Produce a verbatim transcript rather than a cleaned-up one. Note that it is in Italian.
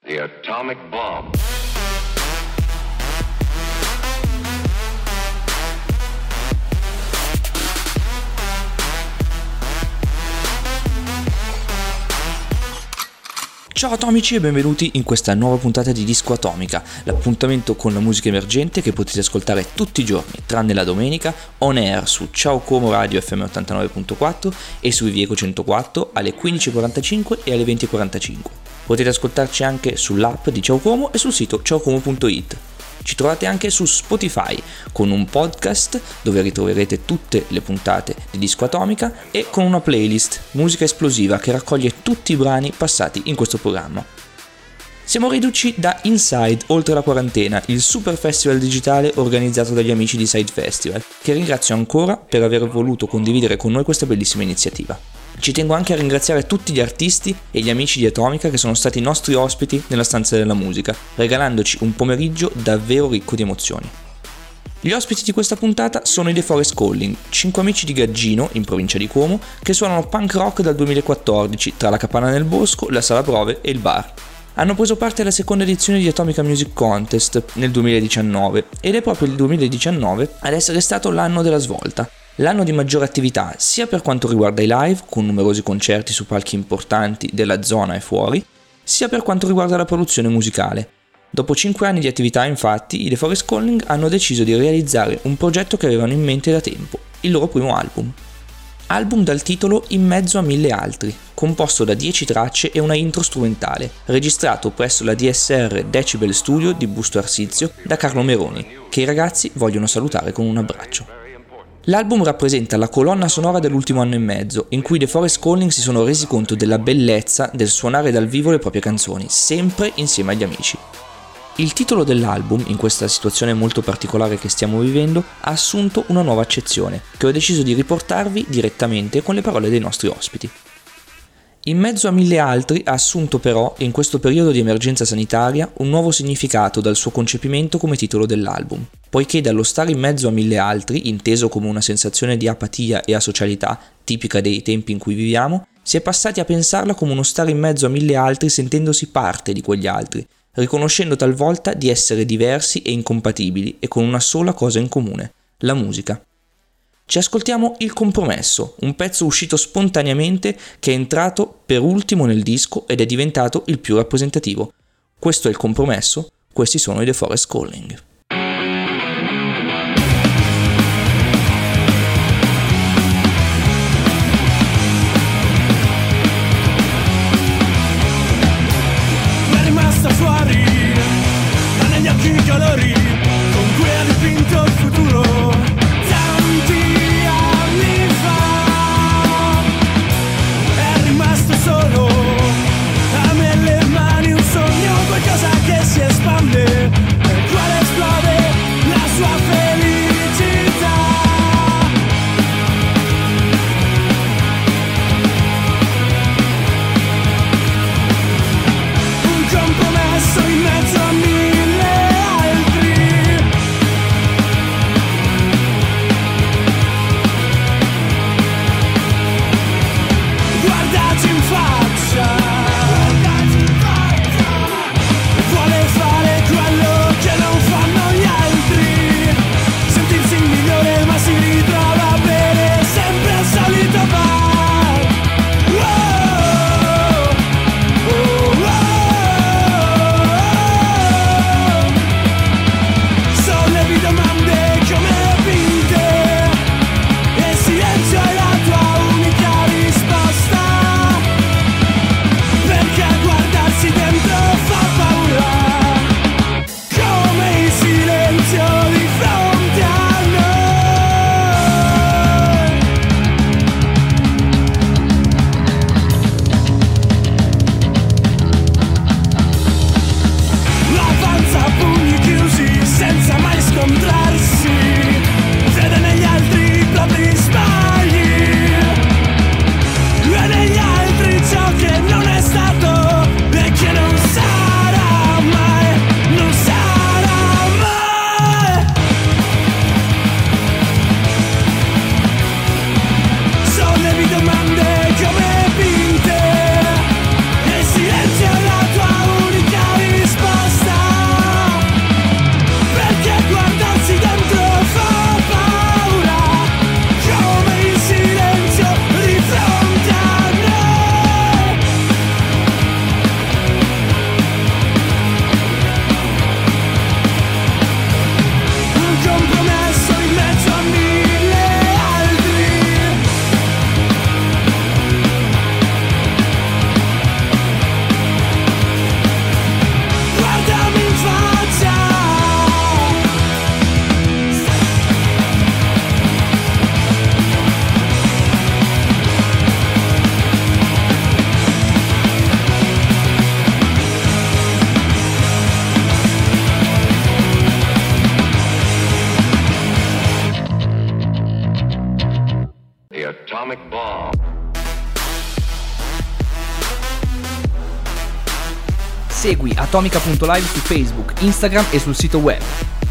The atomic bomb. Ciao atomici e benvenuti in questa nuova puntata di Disco Atomica, l'appuntamento con la musica emergente che potete ascoltare tutti i giorni, tranne la domenica, on air su Ciao Como Radio F M ottantanove virgola quattro e su Ivieco centoquattro alle quindici e quarantacinque e alle venti e quarantacinque. Potete ascoltarci anche sull'app di Ciao Como e sul sito ciao como punto it. Ci trovate anche su Spotify con un podcast dove ritroverete tutte le puntate di Disco Atomica e con una playlist musica esplosiva che raccoglie tutti i brani passati in questo programma. Siamo riduci da Inside Oltre la Quarantena, il super festival digitale organizzato dagli amici di Side Festival, che ringrazio ancora per aver voluto condividere con noi questa bellissima iniziativa. Ci tengo anche a ringraziare tutti gli artisti e gli amici di Atomica che sono stati nostri ospiti nella stanza della musica, regalandoci un pomeriggio davvero ricco di emozioni. Gli ospiti di questa puntata sono i The Forest Calling, cinque amici di Gaggino, in provincia di Como, che suonano punk rock dal duemilaquattordici tra la Capanna nel Bosco, la sala prove e il bar. Hanno preso parte alla seconda edizione di Atomica Music Contest nel duemiladiciannove ed è proprio il duemiladiciannove ad essere stato l'anno della svolta. L'anno di maggiore attività sia per quanto riguarda i live, con numerosi concerti su palchi importanti della zona e fuori, sia per quanto riguarda la produzione musicale. Dopo cinque anni di attività, infatti, i The Forest Calling hanno deciso di realizzare un progetto che avevano in mente da tempo, il loro primo album. Album dal titolo In mezzo a mille altri, composto da dieci tracce e una intro strumentale, registrato presso la D S R Decibel Studio di Busto Arsizio da Carlo Meroni, che i ragazzi vogliono salutare con un abbraccio. L'album rappresenta la colonna sonora dell'ultimo anno e mezzo, in cui The Forest Calling si sono resi conto della bellezza del suonare dal vivo le proprie canzoni, sempre insieme agli amici. Il titolo dell'album, in questa situazione molto particolare che stiamo vivendo, ha assunto una nuova accezione, che ho deciso di riportarvi direttamente con le parole dei nostri ospiti. In mezzo a mille altri ha assunto però, in questo periodo di emergenza sanitaria, un nuovo significato dal suo concepimento come titolo dell'album, poiché dallo stare in mezzo a mille altri, inteso come una sensazione di apatia e asocialità, tipica dei tempi in cui viviamo, si è passati a pensarla come uno stare in mezzo a mille altri sentendosi parte di quegli altri, riconoscendo talvolta di essere diversi e incompatibili e con una sola cosa in comune, la musica. Ci ascoltiamo Il Compromesso, un pezzo uscito spontaneamente che è entrato per ultimo nel disco ed è diventato il più rappresentativo. Questo è Il Compromesso, questi sono i The Forest Calling. Mi è rimasta fuori, ma negli occhi i colori con cui ha dipinto il futuro. Si espande, nel quale esplode la sua felicità. Un compromesso in mezzo a mille altri. atomic bomb. Segui atomica punto live su Facebook, Instagram e sul sito web.